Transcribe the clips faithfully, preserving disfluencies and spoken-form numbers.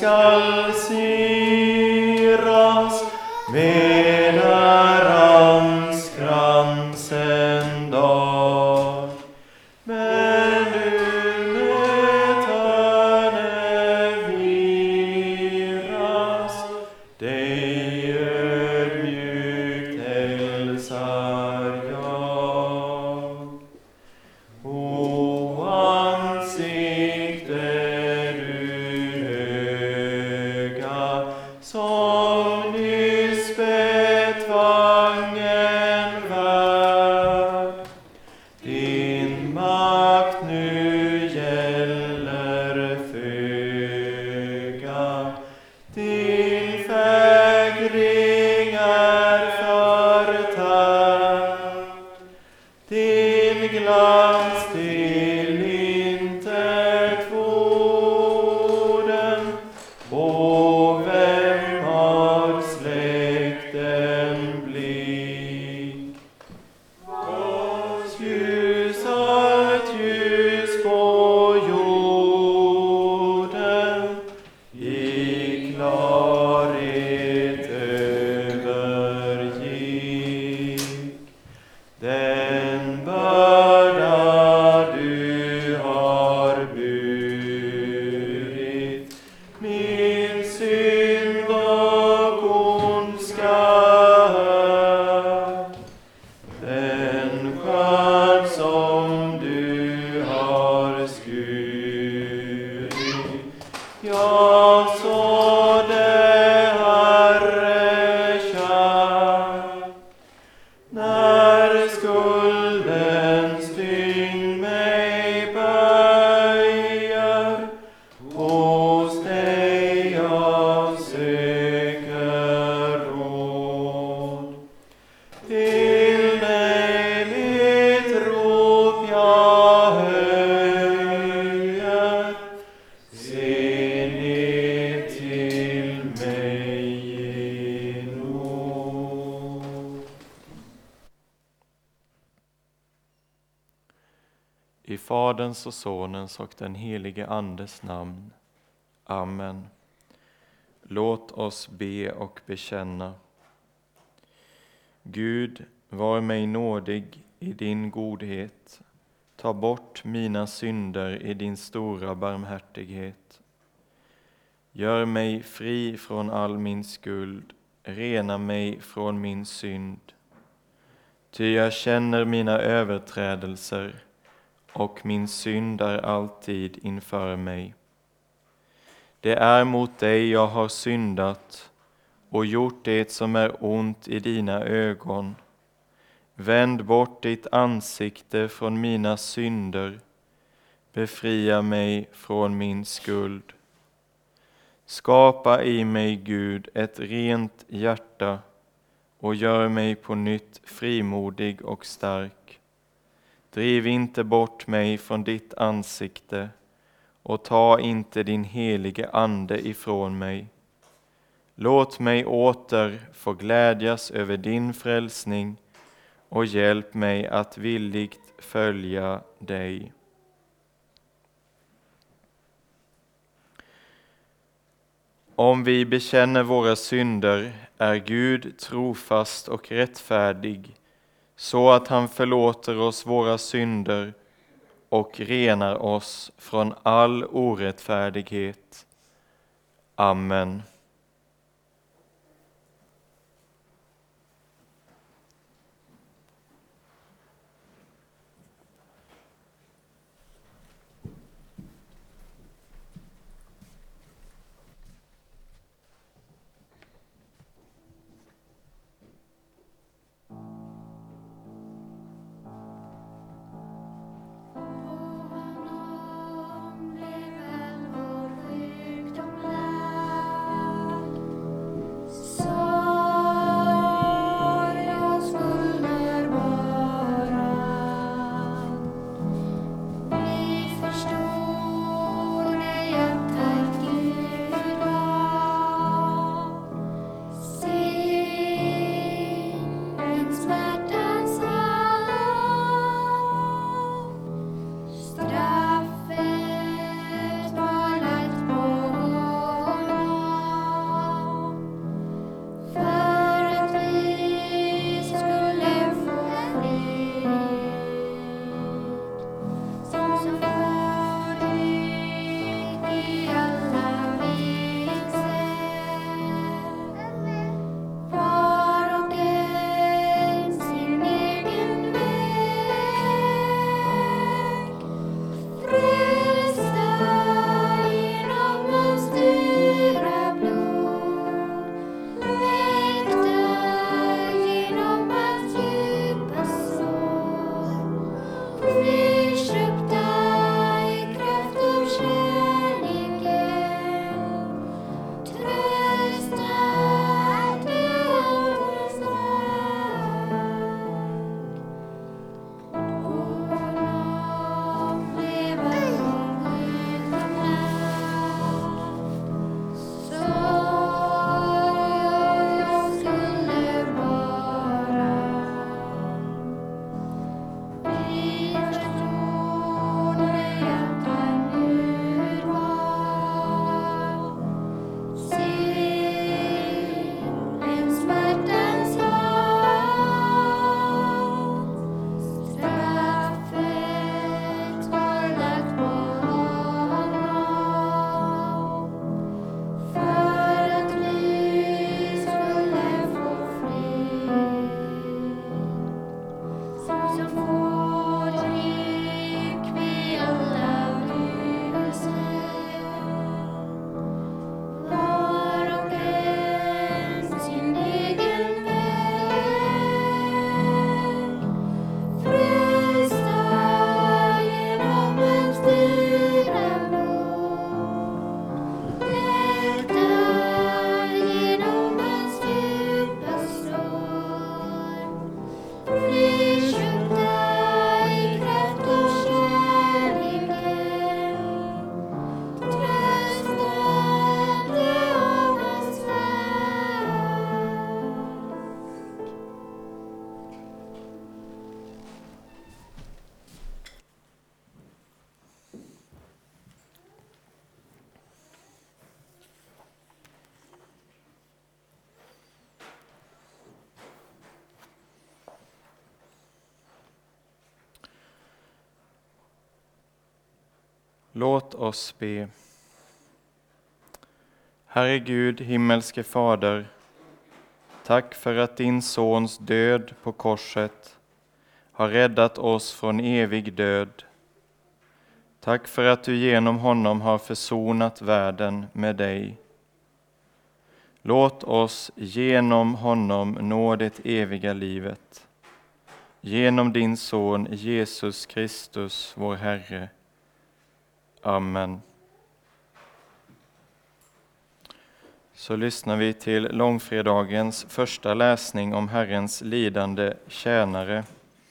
skall siras med ärans krans en dag. Men nu med törne viras, dig ödmjukt hälsar jag. O ansikte du höga, som nyss betvungen värld, din makt nu gäller föga, din fägring är förtärd, din glans till intet vorden. Och vem har släkten blick? Vars ljus, allt ljus på jorden, i klarhet övergick. Den börda du har burit, min synd och ondska, den skörd som du har skurit, jag sådde, Herre kär. När skuldens tyngd mig böjer, hos dig jag söker råd. Till dig mitt rop jag höjer, se ned till mig i nåd. I Faderns och Sonens och den helige Andes namn. Amen. Låt oss be och bekänna. Gud, var mig nådig i din godhet. Ta bort mina synder i din stora barmhärtighet. Gör mig fri från all min skuld, rena mig från min synd. Ty jag känner mina överträdelser, och min synd är alltid inför mig. Det är mot dig jag har syndat och gjort det som är ont i dina ögon. Vänd bort ditt ansikte från mina synder, befria mig från min skuld. Skapa i mig, Gud, ett rent hjärta och gör mig på nytt frimodig och stark. Driv inte bort mig från ditt ansikte och ta inte din helige ande ifrån mig. Låt mig åter få glädjas över din frälsning och hjälp mig att villigt följa dig. Om vi bekänner våra synder är Gud trofast och rättfärdig, så att han förlåter oss våra synder och renar oss från all orättfärdighet. Amen. Vår sjukdom lär Låt oss be. Herre Gud, himmelske Fader, tack för att din sons död på korset har räddat oss från evig död. Tack för att du genom honom har försonat världen med dig. Låt oss genom honom nå det eviga livet. Genom din son Jesus Kristus, vår Herre. Amen. Så lyssnar vi till långfredagens första läsning om Herrens lidande tjänare.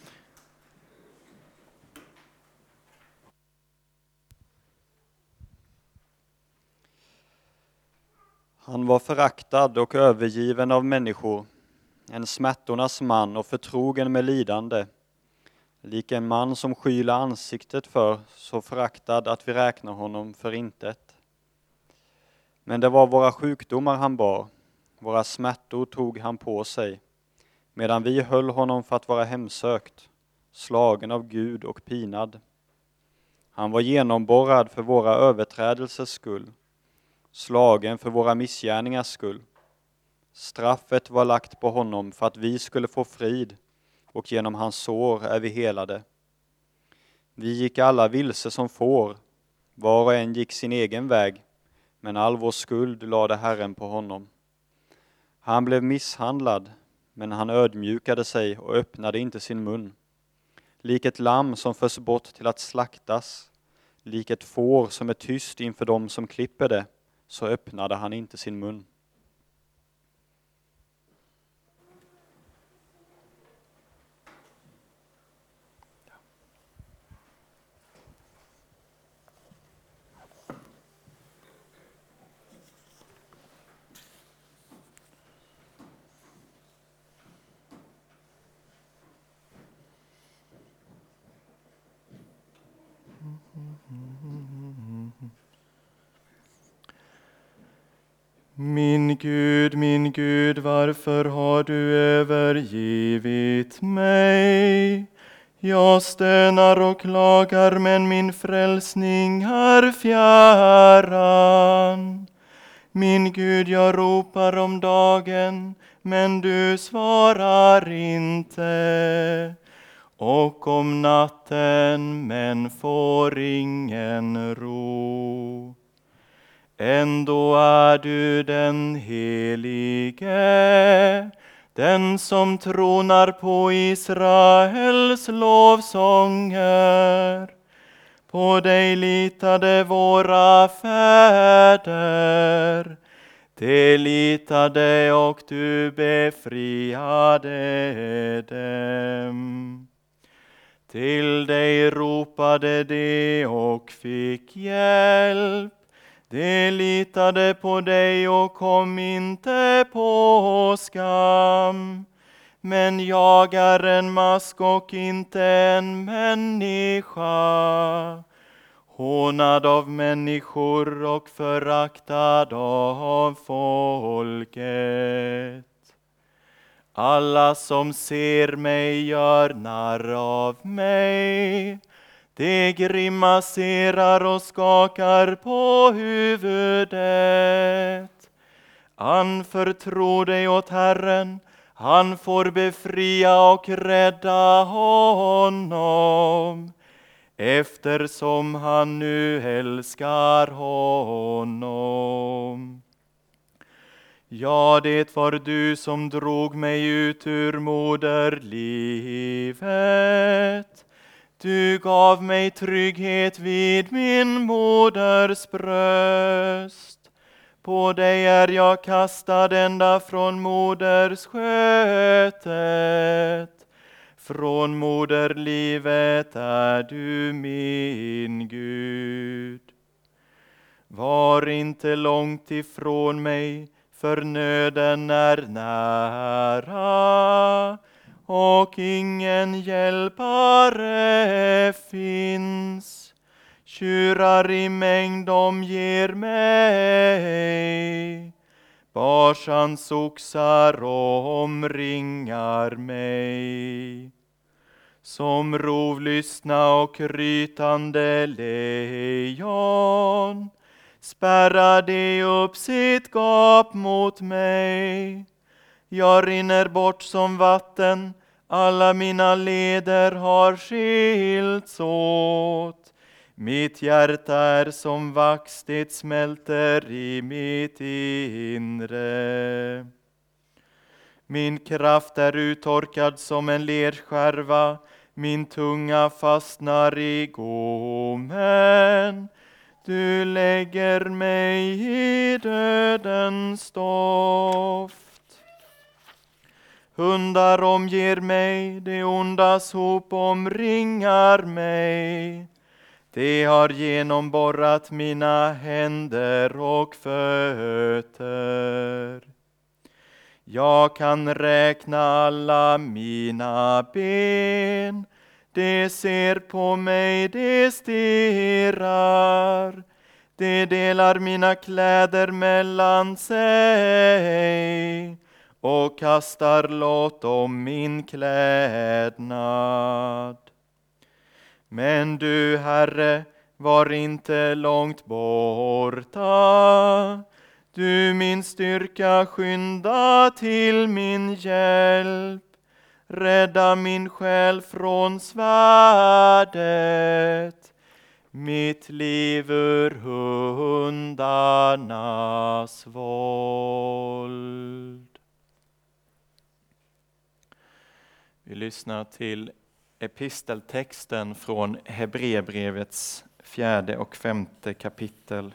Han var föraktad och övergiven av människor, en smärtornas man och förtrogen med lidande, lik en man som skyla ansiktet för, så föraktad att vi räknar honom för intet. Men det var våra sjukdomar han bar, våra smärtor tog han på sig, medan vi höll honom för att vara hemsökt, slagen av Gud och pinad. Han var genomborrad för våra överträdelsers skull, slagen för våra missgärningars skull. Straffet var lagt på honom för att vi skulle få frid, och genom hans sår är vi helade. Vi gick alla vilse som får, var och en gick sin egen väg, men all vår skuld lade Herren på honom. Han blev misshandlad, men han ödmjukade sig och öppnade inte sin mun. Lik ett lamm som förs bort till att slaktas, lik ett får som är tyst inför dem som klipper det, så öppnade han inte sin mun. Min Gud, min Gud, varför har du övergivit mig? Jag stönar och klagar, men min frälsning är fjärran. Min Gud, jag ropar om dagen, men du svarar inte. Och om natten, men får ingen ro. Ändå är du den helige, den som tronar på Israels lovsånger. På dig litade våra fäder, de litade och du befriade dem. Till dig ropade de och fick hjälp. De litade på dig och kom inte på skam. Men jag är en mask och inte en människa, hånad av människor och föraktad av folket. Alla som ser mig gör narr av mig. De grimaserar och skakar på huvudet. Anförtro dig åt Herren, han får befria och rädda honom, eftersom han nu älskar honom. Ja, det var du som drog mig ut ur moderlivet. Du gav mig trygghet vid min moders bröst. På dig är jag kastad ända från moders skötet. Från moderlivet är du min Gud. Var inte långt ifrån mig, för nöden är nära. Och ingen hjälpare finns. Tjurar i mängd omger mig. Barsans oxar omringar mig. som rovlystna och rytande lejon spärrar de upp sitt gap mot mig. Jag rinner bort som vatten, alla mina leder har skilts åt. Mitt hjärta är som vax, det smälter i mitt inre. Min kraft är uttorkad som en lerskärva, min tunga fastnar i gommen. Du lägger mig i dödens stoft. Hundar omger mig, det ondas hop omringar mig. De har genomborrat mina händer och fötter. Jag kan räkna alla mina ben. De ser på mig, de stirrar. De delar mina kläder mellan sig och kastar lott om min klädnad. Men du, Herre, var inte långt borta. Du, min styrka, skynda till min hjälp. Rädda min själ från svärdet, mitt liv ur hundarnas våld. Vi lyssnar till episteltexten från Hebreerbrevets fjärde och femte kapitel.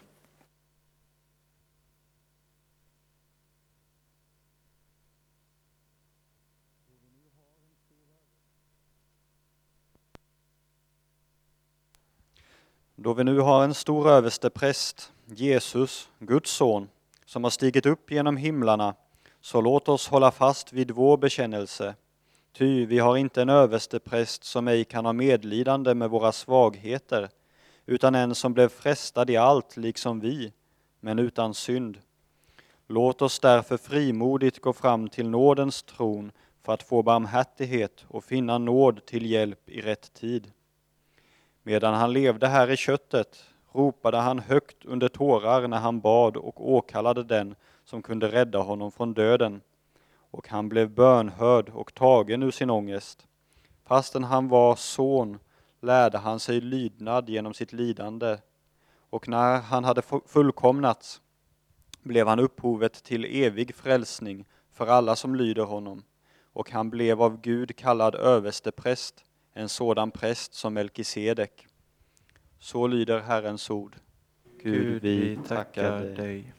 Då vi nu har en stor överstepräst, Jesus, Guds son, som har stigit upp genom himlarna, så låt oss hålla fast vid vår bekännelse. Ty vi har inte en överstepräst som ej kan ha medlidande med våra svagheter, utan en som blev frestad i allt liksom vi, men utan synd. Låt oss därför frimodigt gå fram till nådens tron för att få barmhärtighet och finna nåd till hjälp i rätt tid. Medan han levde här i köttet ropade han högt under tårar när han bad och åkallade den som kunde rädda honom från döden. Och han blev bönhörd och tagen ur sin ångest. Fastän han var son lärde han sig lydnad genom sitt lidande. Och när han hade fullkomnats blev han upphovet till evig frälsning för alla som lyder honom. Och han blev av Gud kallad överstepräst, en sådan präst som Melkisedek. Så lyder Herrens ord. Gud, vi tackar dig.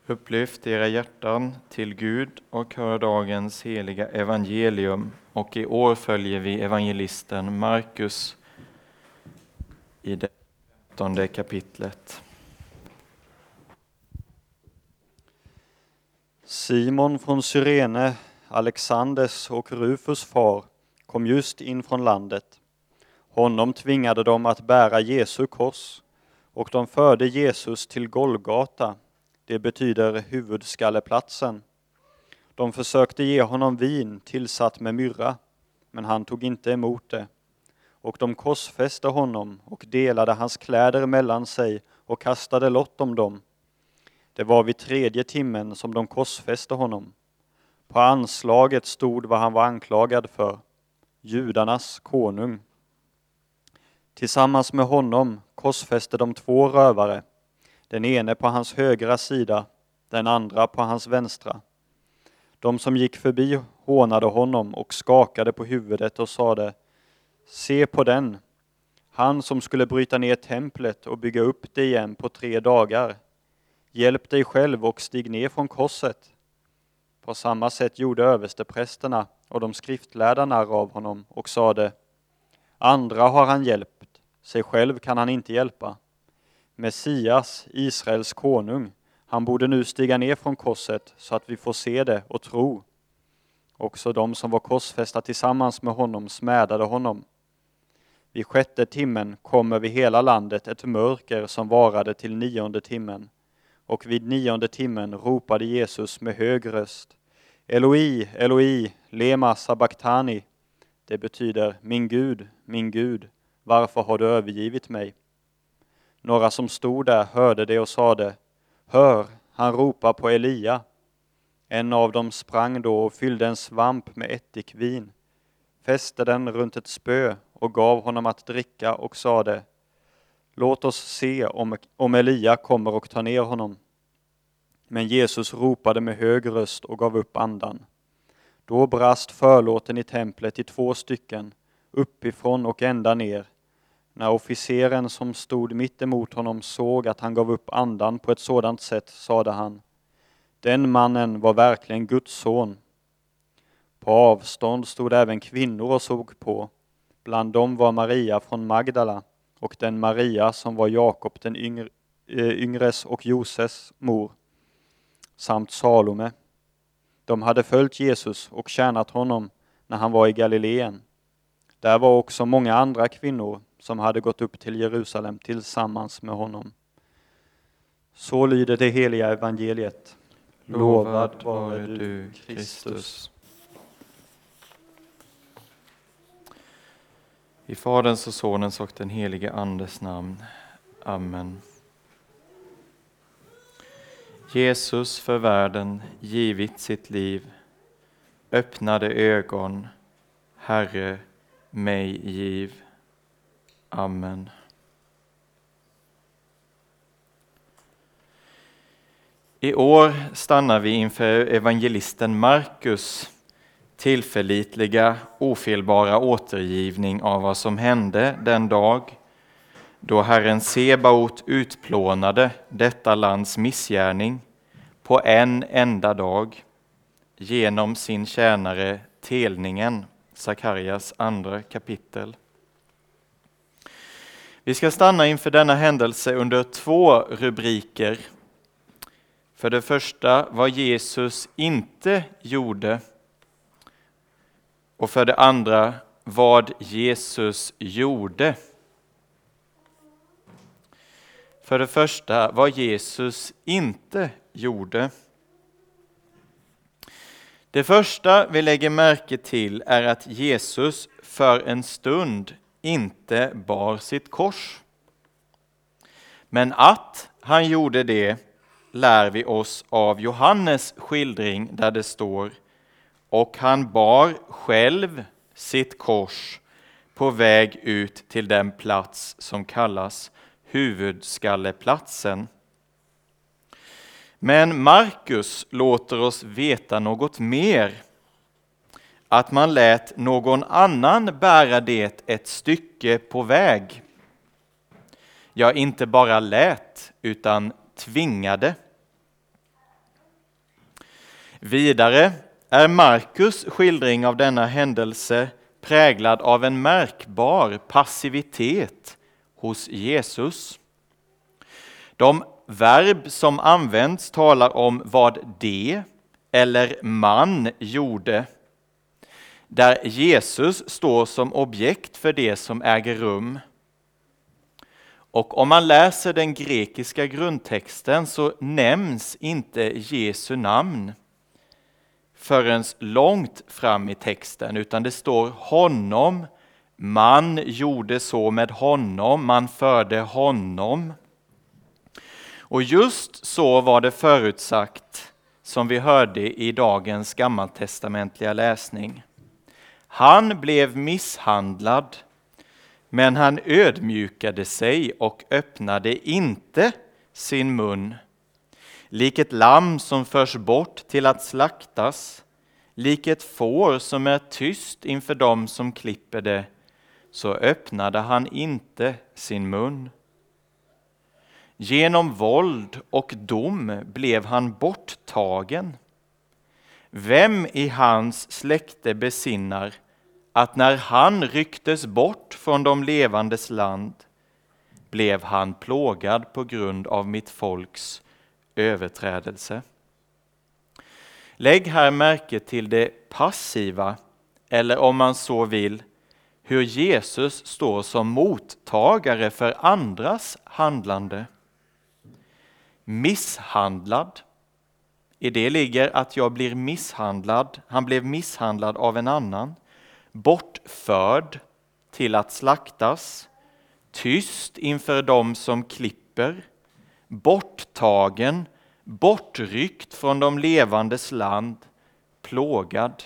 Upplyft era hjärtan till Gud och hör dagens heliga evangelium. Och i år följer vi evangelisten Markus i det femtonde kapitlet. Simon från Cyrene, Alexanders och Rufus far, kom just in från landet. Honom tvingade de att bära Jesu kors, och de förde Jesus till Golgata. Det betyder huvudskalleplatsen. De försökte ge honom vin tillsatt med myrra, men han tog inte emot det. Och de korsfäste honom och delade hans kläder mellan sig och kastade lott om dem. Det var vid tredje timmen som de korsfäste honom. På anslaget stod vad han var anklagad för: judarnas konung. Tillsammans med honom korsfäste de två rövare, den ene på hans högra sida, den andra på hans vänstra. De som gick förbi hånade honom och skakade på huvudet och sade: se på den, han som skulle bryta ner templet och bygga upp det igen på tre dagar. Hjälp dig själv och stig ner från korset. På samma sätt gjorde översteprästerna och de skriftlärda narr av honom och sade: andra har han hjälpt, sig själv kan han inte hjälpa. Messias, Israels konung, han borde nu stiga ner från korset så att vi får se det och tro. Också de som var korsfästa tillsammans med honom smädade honom. Vid sjätte timmen kom över hela landet ett mörker som varade till nionde timmen. Och vid nionde timmen ropade Jesus med hög röst: Eloi, Eloi, lema sabachthani. Det betyder: min Gud, min Gud, varför har du övergivit mig? Några som stod där hörde det och sade: hör, han ropar på Elia. En av dem sprang då och fyllde en svamp med ättikvin, fäste den runt ett spö och gav honom att dricka och sade: låt oss se om, om Elia kommer och tar ner honom. Men Jesus ropade med hög röst och gav upp andan. Då brast förlåten i templet i två stycken, uppifrån och ända ner. När officeren som stod mitt emot honom såg att han gav upp andan på ett sådant sätt, sade han: den mannen var verkligen Guds son. På avstånd stod även kvinnor och såg på. Bland dem var Maria från Magdala och den Maria som var Jakob den yngre, yngres och Joses mor, samt Salome. De hade följt Jesus och tjänat honom när han var i Galileen. Där var också många andra kvinnor som hade gått upp till Jerusalem tillsammans med honom. Så lyder det heliga evangeliet. Lovad vare du, Kristus. I Faderns och Sonens och den helige Andes namn. Amen. Jesus för världen givit sitt liv, öppnade ögon, Herre, mig giv. Amen. I år stannar vi inför evangelisten Markus tillförlitliga, ofelbara återgivning av vad som hände den dag då Herren Sebaot utplånade detta lands missgärning på en enda dag genom sin tjänare Telningen, Sakarias andra kapitel. Vi ska stanna inför denna händelse under två rubriker. För det första, vad Jesus inte gjorde. Och för det andra, vad Jesus gjorde. För det första, vad Jesus inte gjorde. Det första vi lägger märke till är att Jesus för en stund inte bar sitt kors. Men att han gjorde det lär vi oss av Johannes skildring där det står: och han bar själv sitt kors på väg ut till den plats som kallas huvudskalleplatsen. Men Markus låter oss veta något mer. Att man lät någon annan bära det ett stycke på väg. Ja, inte bara lät utan tvingade. Vidare är Markus skildring av denna händelse präglad av en märkbar passivitet hos Jesus. De verb som används talar om vad de eller man gjorde, där Jesus står som objekt för det som äger rum. Och om man läser den grekiska grundtexten så nämns inte Jesu namn förrän långt fram i texten, utan det står honom, man gjorde så med honom, man förde honom. Och just så var det förutsagt som vi hörde i dagens gammaltestamentliga läsning. Han blev misshandlad, men han ödmjukade sig och öppnade inte sin mun. Lik ett lamm som förs bort till att slaktas, lik ett får som är tyst inför dem som klipper det, så öppnade han inte sin mun. Genom våld och dom blev han borttagen. Vem i hans släkte besinnar att när han rycktes bort från de levandes land blev han plågad på grund av mitt folks överträdelse. Lägg här märke till det passiva, eller om man så vill, hur Jesus står som mottagare för andras handlande. Misshandlad. I det ligger att jag blir misshandlad. Han blev misshandlad av en annan. Bortförd till att slaktas. Tyst inför dem som klipper. Borttagen, bortryckt från de levandes land. Plågad.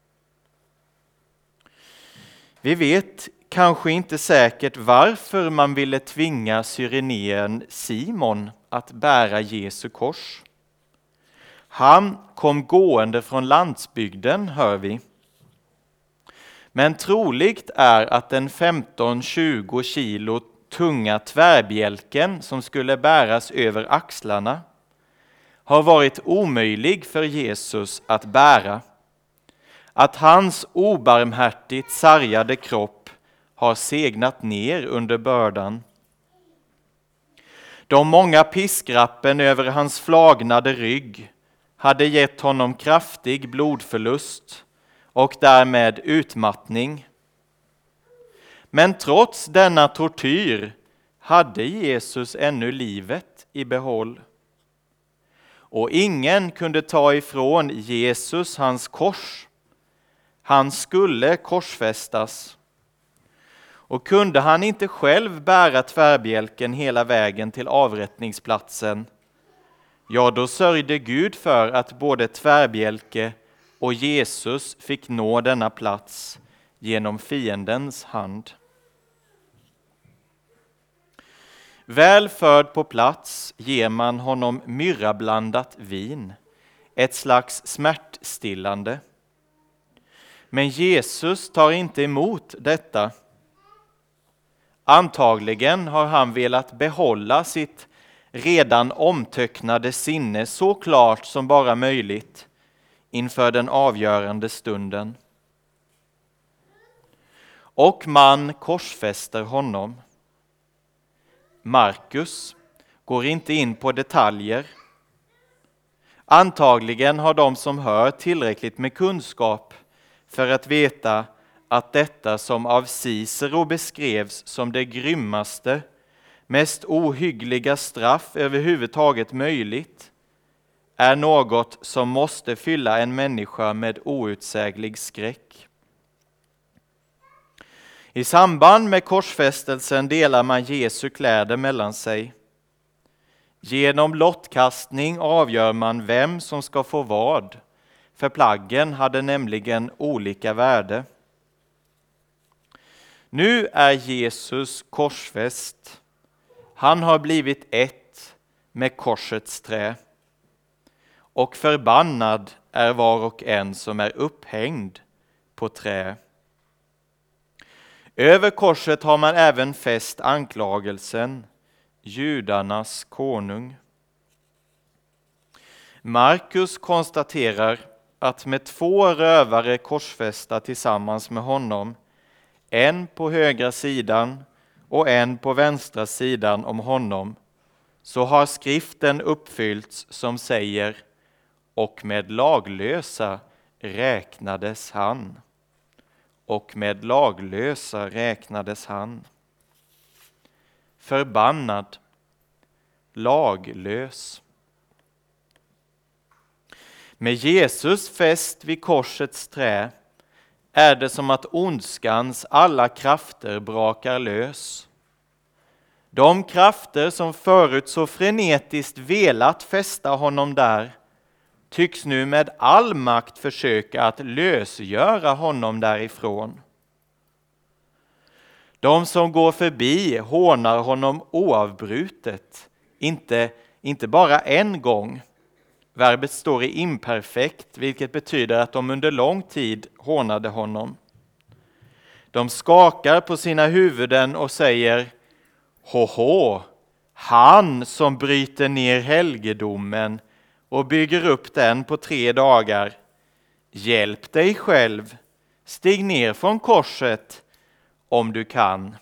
Vi vet kanske inte säkert varför man ville tvinga cyrenén Simon att bära Jesu kors. Han kom gående från landsbygden, hör vi. Men troligt är att den femton till tjugo kilo tunga tvärbjälken som skulle bäras över axlarna har varit omöjlig för Jesus att bära. Att hans obarmhärtigt sargade kropp har segnat ner under bördan. De många piskrappen över hans flagnade rygg hade gett honom kraftig blodförlust och därmed utmattning. Men trots denna tortyr hade Jesus ännu livet i behåll. Och ingen kunde ta ifrån Jesus hans kors. Han skulle korsfästas. Och kunde han inte själv bära tvärbjälken hela vägen till avrättningsplatsen, ja, då sörjde Gud för att både tvärbjälke och Jesus fick nå denna plats genom fiendens hand. Väl förd på plats ger man honom myrrablandat vin, ett slags smärtstillande. Men Jesus tar inte emot detta. Antagligen har han velat behålla sitt redan omtöcknade sinne så klart som bara möjligt inför den avgörande stunden. Och man korsfäster honom. Markus går inte in på detaljer. Antagligen har de som hör tillräckligt med kunskap för att veta att detta som av Cicero beskrevs som det grymmaste, mest ohyggliga straff överhuvudtaget möjligt, är något som måste fylla en människa med outsäglig skräck. I samband med korsfästelsen delar man Jesu kläder mellan sig. Genom lottkastning avgör man vem som ska få vad, för plaggen hade nämligen olika värde. Nu är Jesus korsfäst. Han har blivit ett med korsets trä. Och förbannad är var och en som är upphängd på trä. Över korset har man även fäst anklagelsen, judarnas konung. Markus konstaterar att med två rövare korsfästa tillsammans med honom, en på högra sidan och en på vänstra sidan om honom, så har skriften uppfyllts som säger: och med laglösa räknades han. Och med laglösa räknades han. Förbannad, laglös. Med Jesus fäst vid korsets trä är det som att ondskans alla krafter brakar lös. De krafter som förut så frenetiskt velat fästa honom där tycks nu med all makt försöka att lösgöra honom därifrån. De som går förbi hånar honom oavbrutet, inte, inte bara en gång. Verbet står i imperfekt, vilket betyder att de under lång tid hånade honom. De skakar på sina huvuden och säger: Hoho, han som bryter ner helgedomen och bygger upp den på tre dagar. Hjälp dig själv, stig ner från korset om du kan.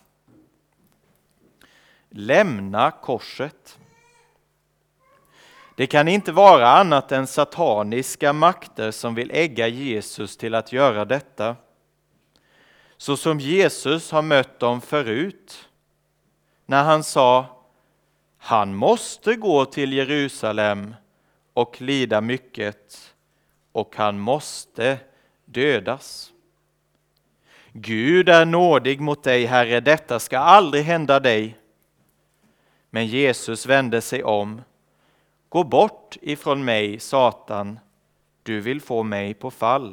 Lämna korset. Det kan inte vara annat än sataniska makter som vill ägga Jesus till att göra detta. Så som Jesus har mött dem förut, när han sa: han måste gå till Jerusalem och lida mycket, och han måste dödas. Gud är nådig mot dig, Herre, detta ska aldrig hända dig. Men Jesus vände sig om. Gå bort ifrån mig, Satan, du vill få mig på fall.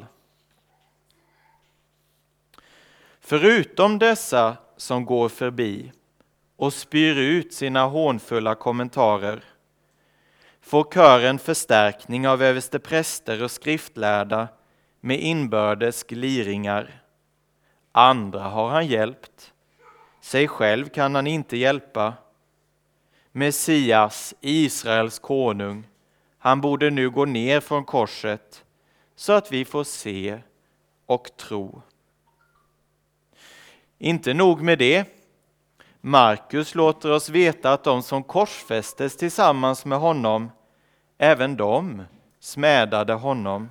Förutom dessa som går förbi och spyr ut sina hånfulla kommentarer, får kören förstärkning av överstepräster och skriftlärda med inbördes gliringar. Andra har han hjälpt, sig själv kan han inte hjälpa. Messias, Israels konung, han borde nu gå ner från korset så att vi får se och tro. Inte nog med det. Markus låter oss veta att de som korsfästes tillsammans med honom, även de smädade honom.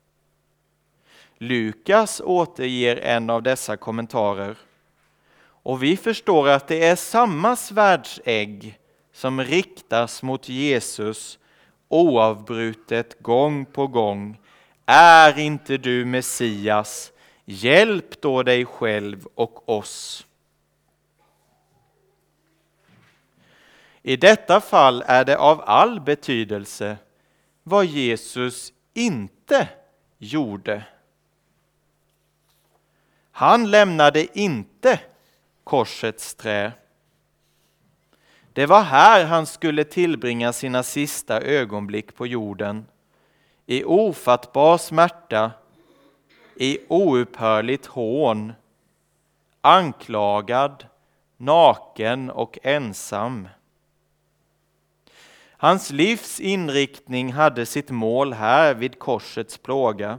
Lukas återger en av dessa kommentarer, och vi förstår att det är samma svärdsägg som riktas mot Jesus oavbrutet gång på gång. Är inte du Messias? Hjälp då dig själv och oss. I detta fall är det av all betydelse vad Jesus inte gjorde. Han lämnade inte korsets trä. Det var här han skulle tillbringa sina sista ögonblick på jorden, i ofattbar smärta, i oupphörligt hån, anklagad, naken och ensam. Hans livs inriktning hade sitt mål här vid korsets plåga.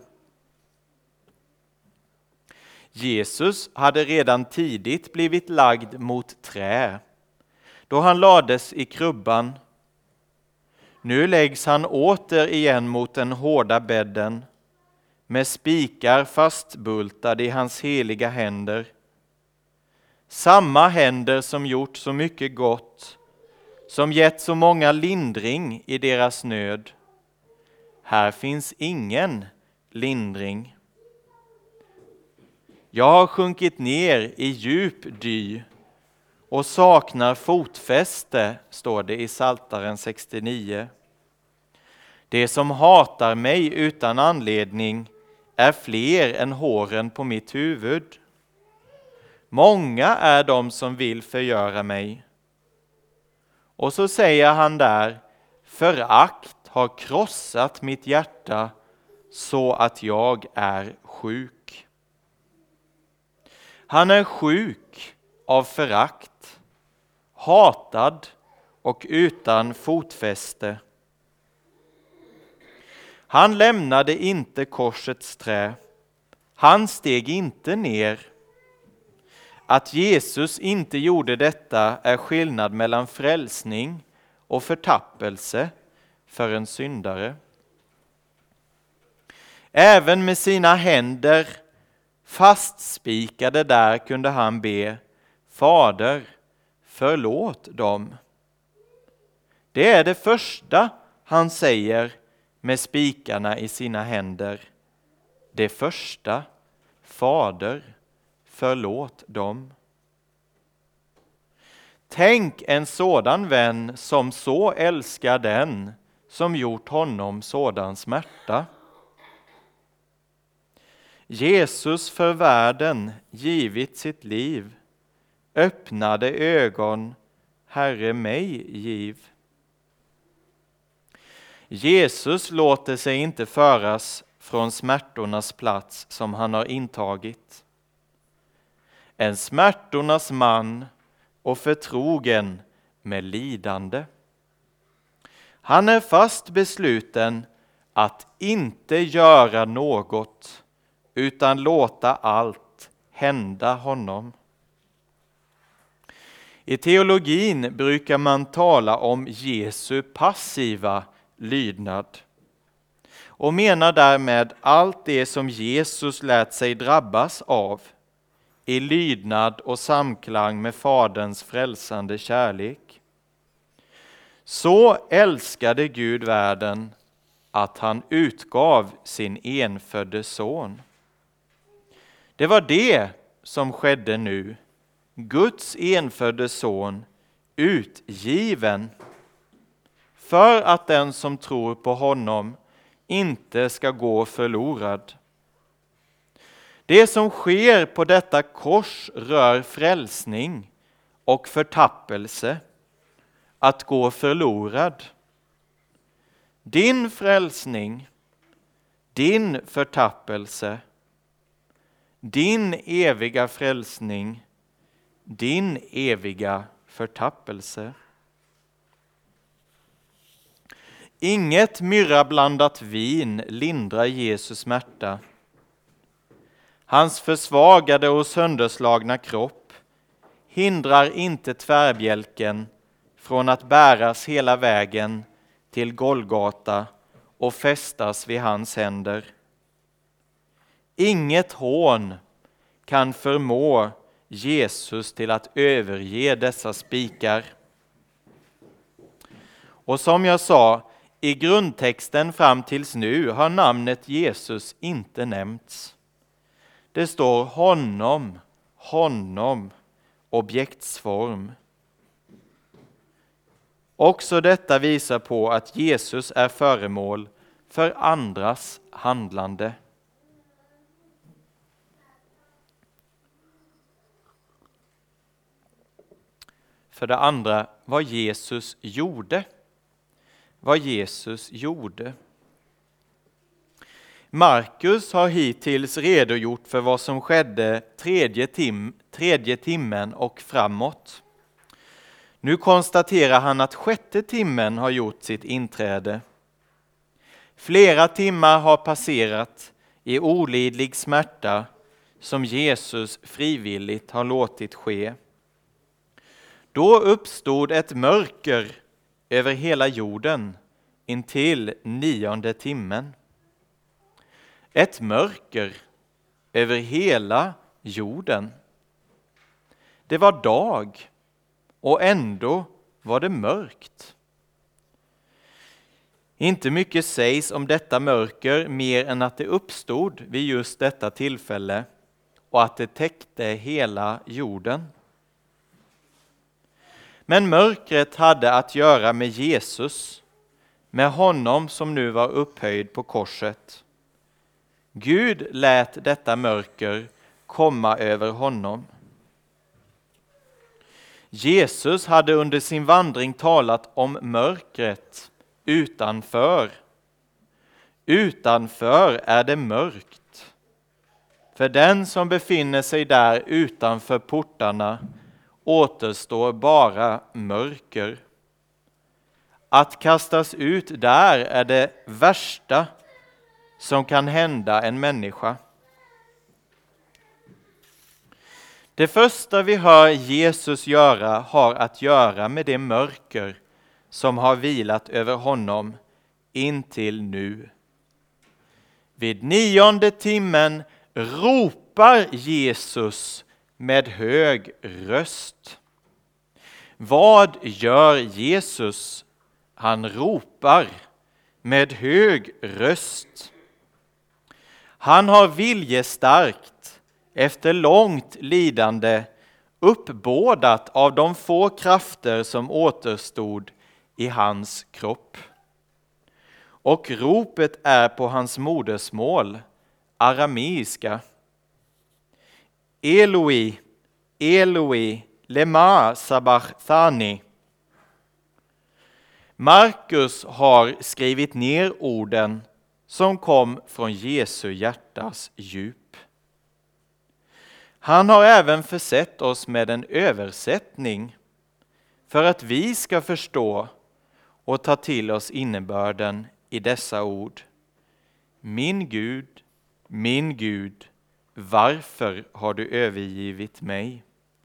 Jesus hade redan tidigt blivit lagd mot trä, då han lades i krubban. Nu läggs han åter igen mot den hårda bädden, med spikar fastbultade i hans heliga händer. Samma händer som gjort så mycket gott, som gett så många lindring i deras nöd. Här finns ingen lindring. Jag har sjunkit ner i djup dy och saknar fotfäste, står det i Psaltaren sextionio. Det som hatar mig utan anledning är fler än håren på mitt huvud. Många är de som vill förgöra mig. Och så säger han där: förakt har krossat mitt hjärta så att jag är sjuk. Han är sjuk av förakt, hatad och utan fotfäste. Han lämnade inte korsets trä. Han steg inte ner. Att Jesus inte gjorde detta är skillnad mellan frälsning och förtappelse för en syndare. Även med sina händer fastspikade där kunde han be: Fader, förlåt dem. Det är det första han säger med spikarna i sina händer. Det första: Fader, förlåt dem. Tänk en sådan vän som så älskar den som gjort honom sådan smärta. Jesus för världen givit sitt liv, öppnade ögon, Herre mig giv. Jesus låter sig inte föras från smärtornas plats som han har intagit. En smärtornas man och förtrogen med lidande. Han är fast besluten att inte göra något utan låta allt hända honom. I teologin brukar man tala om Jesu passiva lydnad och menar därmed allt det som Jesus lät sig drabbas av i lydnad och samklang med Faderns frälsande kärlek. Så älskade Gud världen att han utgav sin enfödde son. Det var det som skedde nu. Guds enfödde son utgiven för att den som tror på honom inte ska gå förlorad. Det som sker på detta kors rör frälsning och förtappelse, att gå förlorad. Din frälsning, din förtappelse, din eviga frälsning, din eviga förtappelse. Inget myrrablandat vin lindrar Jesus smärta. Hans försvagade och sönderslagna kropp hindrar inte tvärbjälken från att bäras hela vägen till Golgata och fästas vid hans händer. Inget hån kan förmå Jesus till att överge dessa spikar. Och som jag sa, i grundtexten fram tills nu har namnet Jesus inte nämnts. Det står honom, honom, objektsform. Också detta visar på att Jesus är föremål för andras handlande. För det andra, vad Jesus gjorde. Vad Jesus gjorde. Markus har hittills redogjort för vad som skedde tredje, tim, tredje timmen och framåt. Nu konstaterar han att sjätte timmen har gjort sitt inträde. Flera timmar har passerat i olidlig smärta som Jesus frivilligt har låtit ske. Då uppstod ett mörker över hela jorden intill nionde timmen. Ett mörker över hela jorden. Det var dag och ändå var det mörkt. Inte mycket sägs om detta mörker mer än att det uppstod vid just detta tillfälle och att det täckte hela jorden. Men mörkret hade att göra med Jesus, med honom som nu var upphöjd på korset. Gud lät detta mörker komma över honom. Jesus hade under sin vandring talat om mörkret utanför. Utanför är det mörkt. För den som befinner sig där utanför portarna återstår bara mörker. Att kastas ut där är det värsta som kan hända en människa. Det första vi hör Jesus göra har att göra med det mörker som har vilat över honom intill nu. Vid nionde timmen ropar Jesus med hög röst. Vad gör Jesus? Han ropar med hög röst. Han har viljestarkt, efter långt lidande, uppbådat av de få krafter som återstod i hans kropp. Och ropet är på hans modersmål, arameiska. Eloi, Eloi, lema sabachthani. Markus har skrivit ner orden som kom från Jesu hjärtas djup. Han har även försett oss med en översättning för att vi ska förstå och ta till oss innebörden i dessa ord. Min Gud, min Gud, varför har du övergivit mig?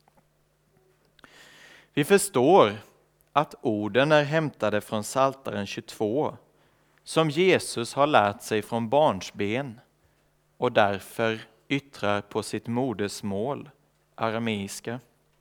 Vi förstår att orden är hämtade från Psaltaren tjugotvå, som Jesus har lärt sig från barnsben och därför yttrar på sitt modersmål, arameiska.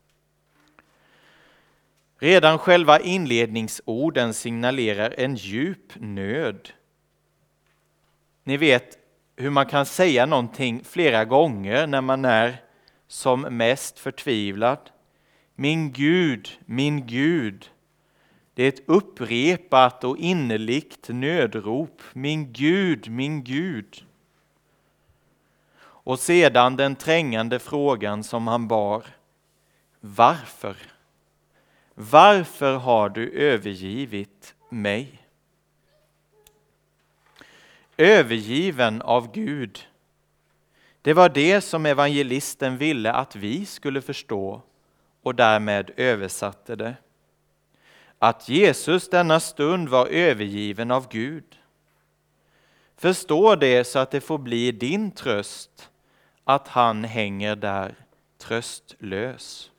Redan själva inledningsorden signalerar en djup nöd. Ni vet hur man kan säga någonting flera gånger när man är som mest förtvivlad. Min Gud, min Gud. Det är ett upprepat och innerligt nödrop. Min Gud, min Gud. Och sedan den trängande frågan som han bar. Varför? Varför har du övergivit mig? Övergiven av Gud. Det var det som evangelisten ville att vi skulle förstå och därmed översatte det. Att Jesus denna stund var övergiven av Gud. Förstå det så att det får bli din tröst att han hänger där tröstlös.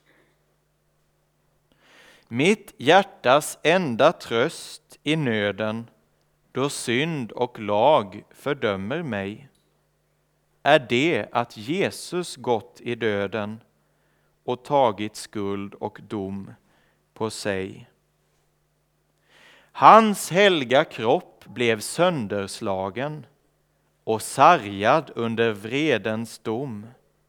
Mitt hjärtas enda tröst i nöden, då synd och lag fördömer mig, är det att Jesus gått i döden och tagit skuld och dom på sig. Hans helga kropp blev sönderslagen och sargad under vredens dom.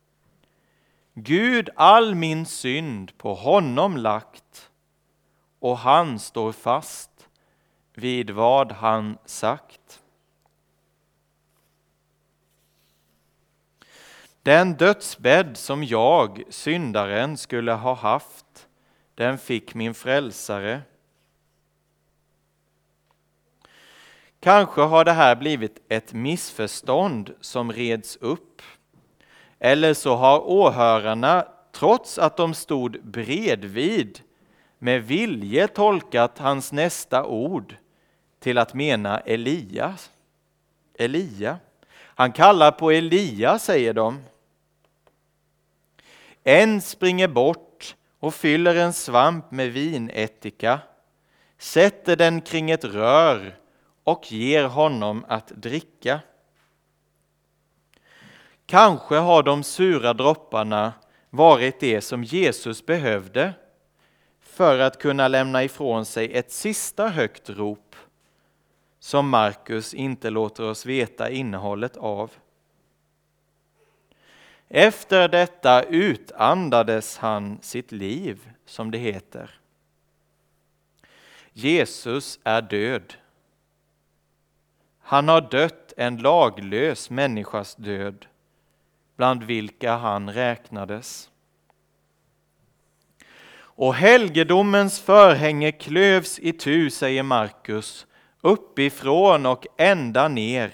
Gud all min synd på honom lagt, och han står fast vid vad han sagt. Den dödsbädd som jag, syndaren, skulle ha haft, den fick min frälsare. Kanske har det här blivit ett missförstånd som reds upp. Eller så har åhörarna, trots att de stod bredvid, med vilje tolkat hans nästa ord till att mena Elias. Elia. Han kallar på Elia, säger de. En springer bort och fyller en svamp med vinättika, sätter den kring ett rör och ger honom att dricka. Kanske har de sura dropparna varit det som Jesus behövde för att kunna lämna ifrån sig ett sista högt rop som Markus inte låter oss veta innehållet av. Efter detta utandades han sitt liv, som det heter. Jesus är död. Han har dött en laglös människas död, bland vilka han räknades. Och helgedomens förhänge klövs itu, säger Markus, uppifrån och ända ner.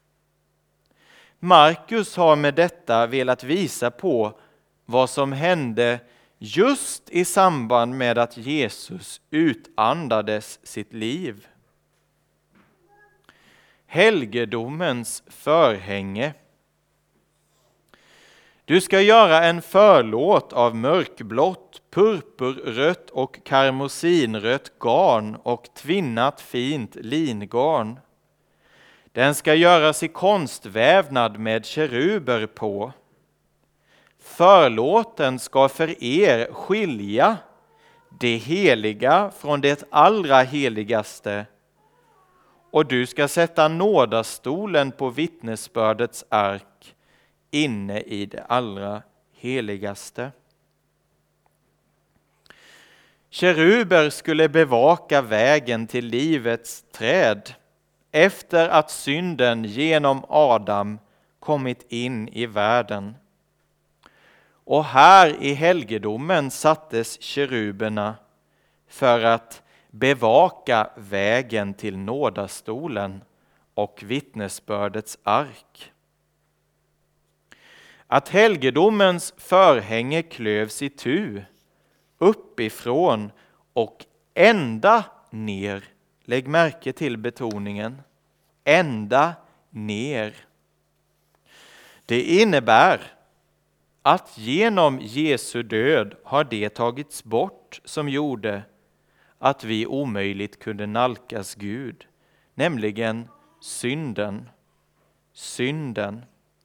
Markus har med detta velat visa på vad som hände just i samband med att Jesus utandades sitt liv. helgedomens förhänge. Du ska göra en förlåt av mörkblått, purpurrött och karmosinrött garn och tvinnat fint lingarn. Den ska göras i konstvävnad med keruber på. Förlåten ska för er skilja det heliga från det allra heligaste, och du ska sätta nådastolen på vittnesbördets ark inne i det allra heligaste. Keruber skulle bevaka vägen till livets träd efter att synden genom Adam kommit in i världen. Och här i helgedomen sattes keruberna för att bevaka vägen till nådastolen och vittnesbördets ark. Att helgedomens förhänge klövs i tu, uppifrån och ända ner. Lägg märke till betoningen. Ända ner. Det innebär att genom Jesu död har det tagits bort som gjorde att vi omöjligt kunde nalkas Gud, nämligen synden. Synden.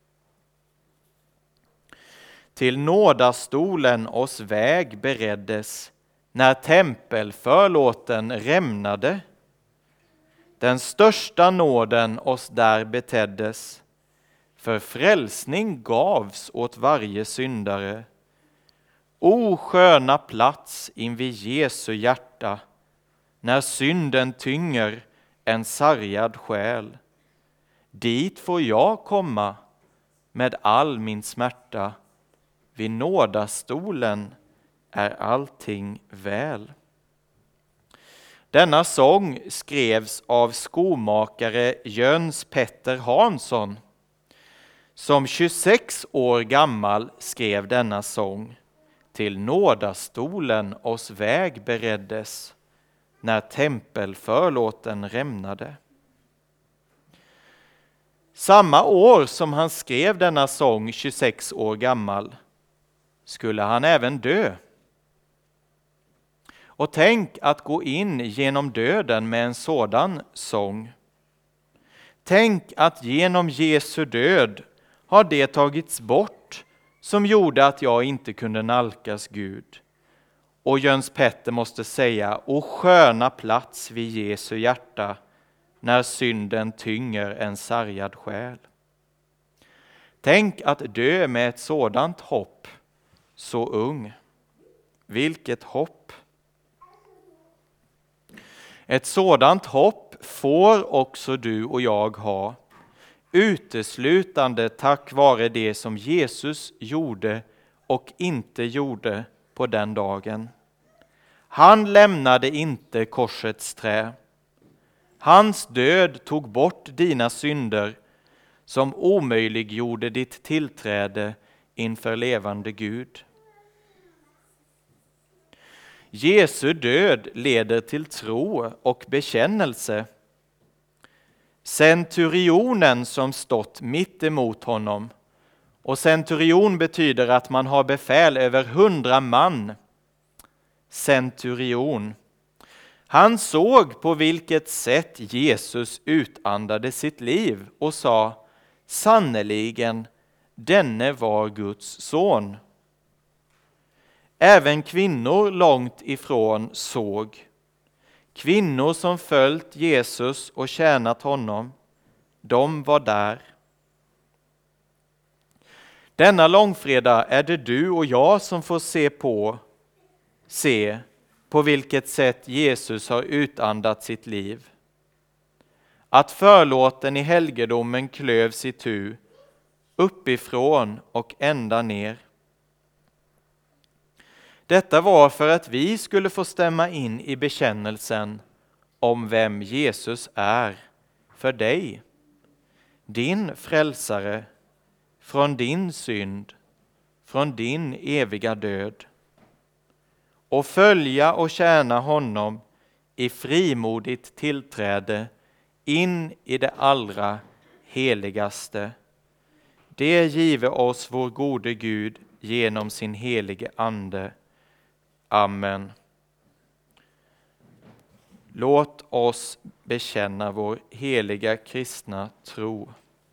Till nådastolen oss väg bereddes när tempelförlåten rämnade. Den största nåden oss där beteddes, för frälsning gavs åt varje syndare. O sköna plats invid Jesu hjärta, när synden tynger en sargad själ. Dit får jag komma med all min smärta. Vid nådastolen är allting väl. Denna sång skrevs av skomakare Jöns Petter Hansson, som tjugosex år gammal skrev denna sång. Till nådastolen oss väg bereddes när tempelförlåten rämnade. Samma år som han skrev denna sång, tjugosex år gammal, skulle han även dö. Och tänk att gå in genom döden med en sådan sång. Tänk att genom Jesu död har det tagits bort som gjorde att jag inte kunde nalkas Gud. Och Jöns Petter måste säga, o sköna plats vid Jesu hjärta, när synden tynger en sargad själ. Tänk att dö med ett sådant hopp, så ung. Vilket hopp! Ett sådant hopp får också du och jag ha, uteslutande tack vare det som Jesus gjorde och inte gjorde på den dagen. Han lämnade inte korsets trä. Hans död tog bort dina synder som omöjliggjorde ditt tillträde inför levande Gud. Jesu död leder till tro och bekännelse. Centurionen som stått mitt emot honom, och centurion betyder att man har befäl över hundra man. Centurion. Han såg på vilket sätt Jesus utandade sitt liv och sa, sannoliken, denne var Guds son. Även kvinnor långt ifrån såg. Kvinnor som följt Jesus och tjänat honom, de var där. Denna långfredag är det du och jag som får se på, se på vilket sätt Jesus har utandat sitt liv. Att förlåten i helgedomen klövs i tu, uppifrån och ända ner. Detta var för att vi skulle få stämma in i bekännelsen om vem Jesus är för dig. Din frälsare från din synd, från din eviga död. Och följa och tjäna honom i frimodigt tillträde in i det allra heligaste. Det give oss vår gode Gud genom sin helige ande. Amen. Låt oss bekänna vår heliga kristna tro.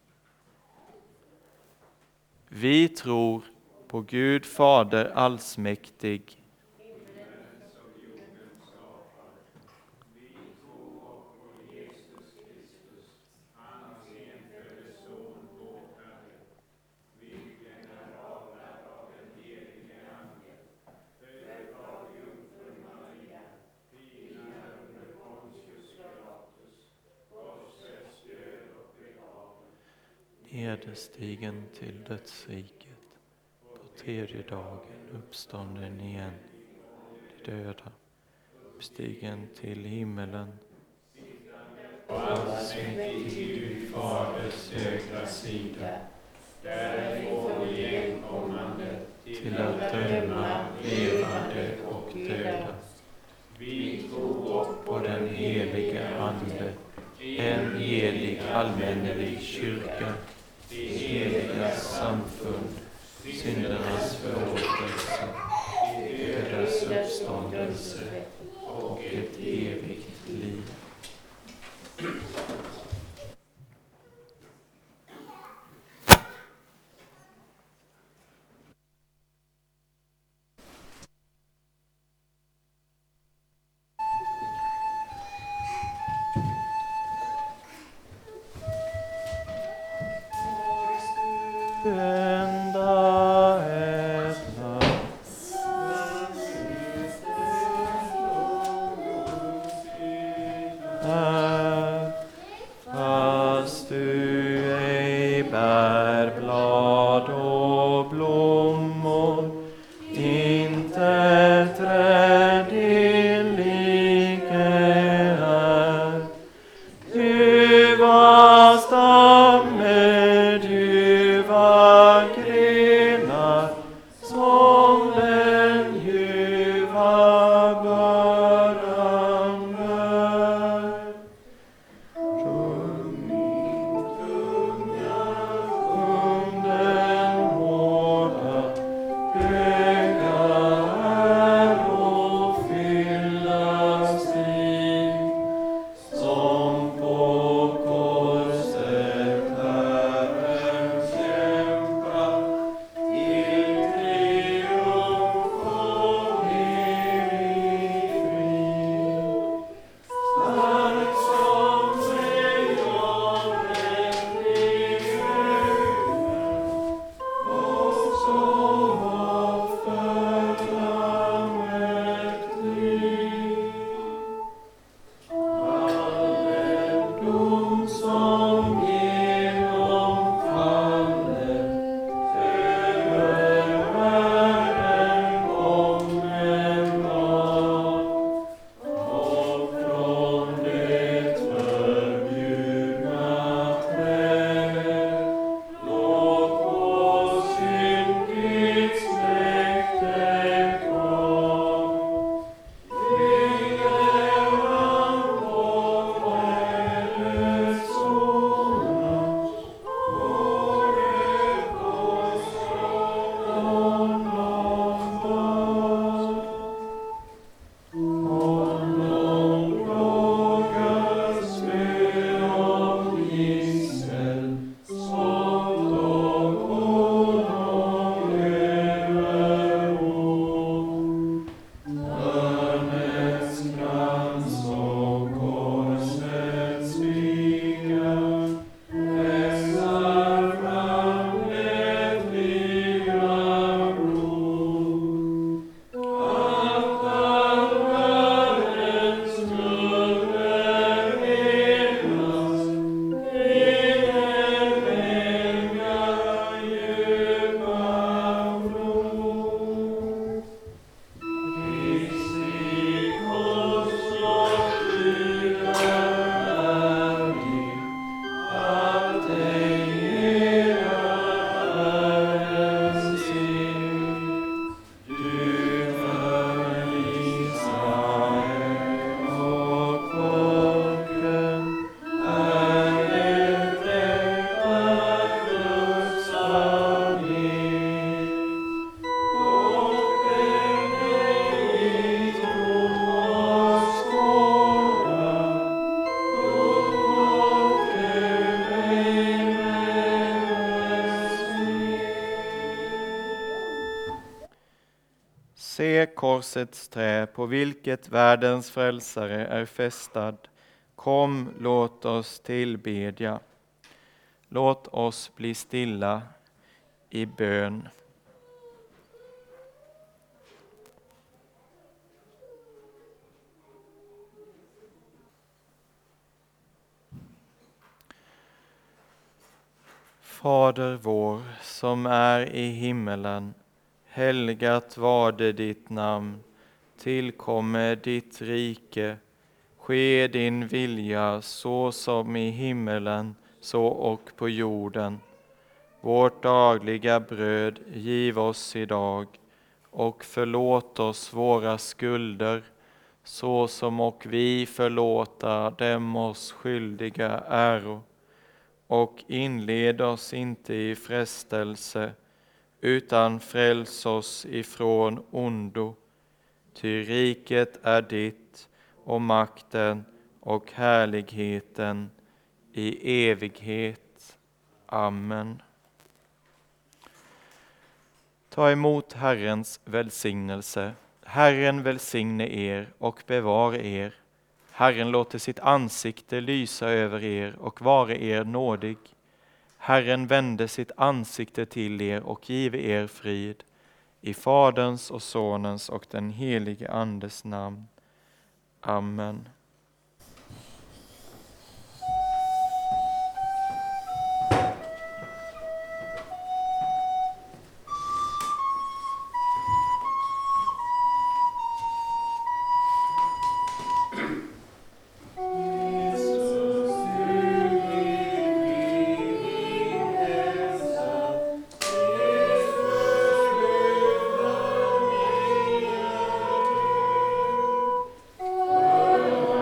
Vi tror på Gud Fader allsmäktig, nederstigen till dödsriket, på tredje dagen uppstånden igen, de döda, uppstigen till himmelen, allsmäktig Gud Faders högra sida, därifrån igenkommande till att döma levande och döda. Vi tror på den heliga Ande, en helig allmännelig kyrka, det heliga samfund, syndernas förlåtelse, dödas uppståndelse och ett evigt liv. Enda ädla, här, fast du ej bär blad och blommor, inte träd din like är. Ljuva stamme, ljuva grenar, som den ljuva böran bär. Sjung min tunga, sjung den hårda, höga är och fyllas i, som på korset Se korsets trä på vilket världens frälsare är fästad. Kom, låt oss tillbedja. Låt oss bli stilla i bön. Fader vår som är i himmelen, helgat varde ditt namn, tillkomme ditt rike, ske din vilja så som i himmelen så och på jorden. Vårt dagliga bröd giv oss idag och förlåt oss våra skulder så som och vi förlåta dem oss skyldiga äro. Och inled oss inte i frestelse, utan fräls oss ifrån ondo. Ty riket är ditt, och makten och härligheten i evighet. Amen. Ta emot Herrens välsignelse. Herren välsigne er och bevare er. Herren låter sitt ansikte lysa över er och vare er nådig. Herren vände sitt ansikte till er och give er frid. I Faderns och Sonens och den helige Andes namn. Amen. Amen.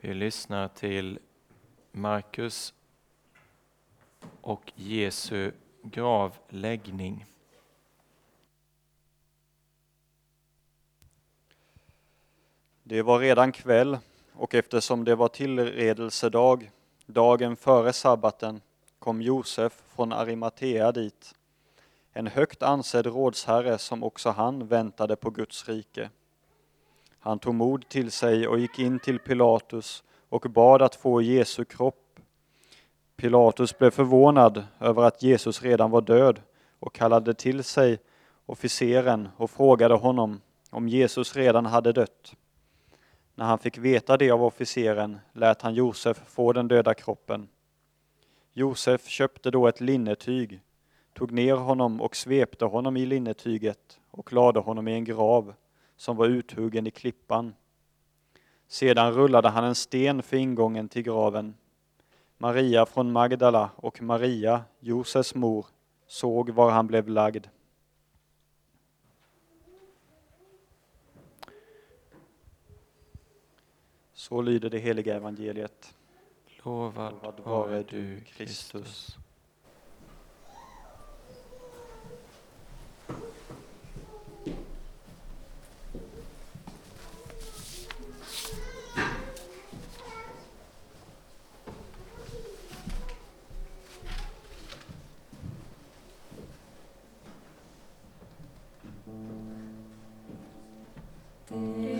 Vi lyssnar till Markus och Jesu gravläggning. Det var redan kväll, och eftersom det var tillredelsedag, dagen före sabbaten, kom Josef från Arimatea dit, en högt ansedd rådsherre som också han väntade på Guds rike. Han tog mod till sig och gick in till Pilatus och bad att få Jesu kropp. Pilatus blev förvånad över att Jesus redan var död och kallade till sig officeren och frågade honom om Jesus redan hade dött. När han fick veta det av officeren lät han Josef få den döda kroppen. Josef köpte då ett linnetyg, tog ner honom och svepte honom i linnetyget och lade honom i en grav som var uthuggen i klippan. Sedan rullade han en sten för ingången till graven. Maria från Magdala och Maria, Josefs mor, såg var han blev lagd. Så lyder det heliga evangeliet. Lovad vare du, Kristus. Mm.